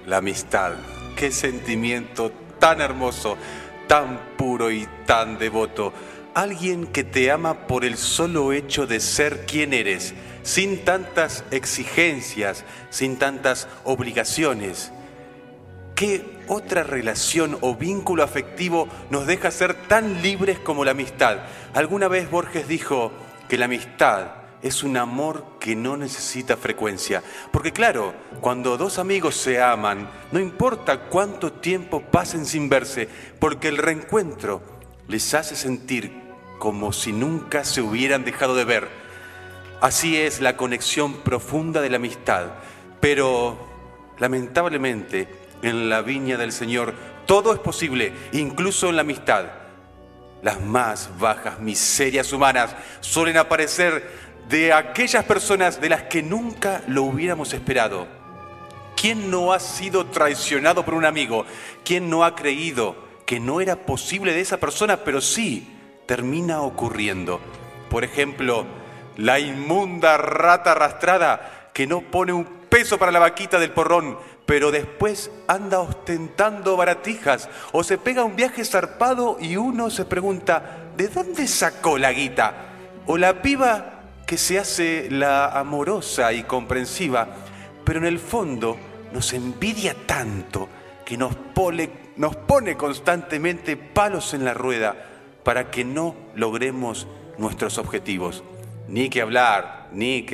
La amistad, qué sentimiento tan hermoso, tan puro y tan devoto. Alguien que te ama por el solo hecho de ser quien eres, sin tantas exigencias, sin tantas obligaciones. ¿Qué otra relación o vínculo afectivo nos deja ser tan libres como la amistad? Alguna vez Borges dijo que la amistad es un amor que no necesita frecuencia. Porque claro, cuando dos amigos se aman, no importa cuánto tiempo pasen sin verse, porque el reencuentro les hace sentir como si nunca se hubieran dejado de ver. Así es la conexión profunda de la amistad. Pero, lamentablemente, en la viña del Señor todo es posible, incluso en la amistad. Las más bajas miserias humanas suelen aparecer de aquellas personas de las que nunca lo hubiéramos esperado. ¿Quién no ha sido traicionado por un amigo? ¿Quién no ha creído que no era posible de esa persona, pero sí termina ocurriendo? Por ejemplo, la inmunda rata arrastrada que no pone un peso para la vaquita del porrón, pero después anda ostentando baratijas, o se pega un viaje zarpado y uno se pregunta, ¿de dónde sacó la guita? O la piba que se hace la amorosa y comprensiva, pero en el fondo nos envidia tanto que nos pone constantemente palos en la rueda para que no logremos nuestros objetivos. Ni que hablar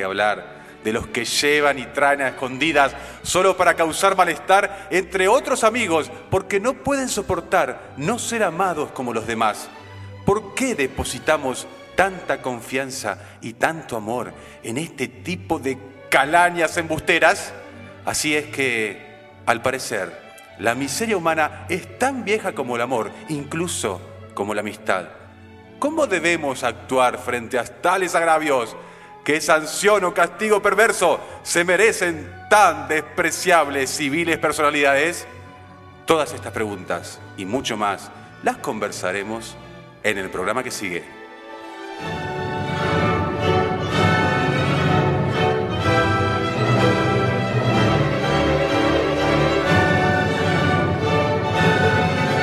de los que llevan y traen a escondidas solo para causar malestar entre otros amigos, porque no pueden soportar no ser amados como los demás. ¿Por qué depositamos tanta confianza y tanto amor en este tipo de calañas embusteras? Así es que, al parecer, la miseria humana es tan vieja como el amor, incluso como la amistad. ¿Cómo debemos actuar frente a tales agravios? ¿Qué sanción o castigo perverso se merecen tan despreciables y viles personalidades? Todas estas preguntas y mucho más las conversaremos en el programa que sigue.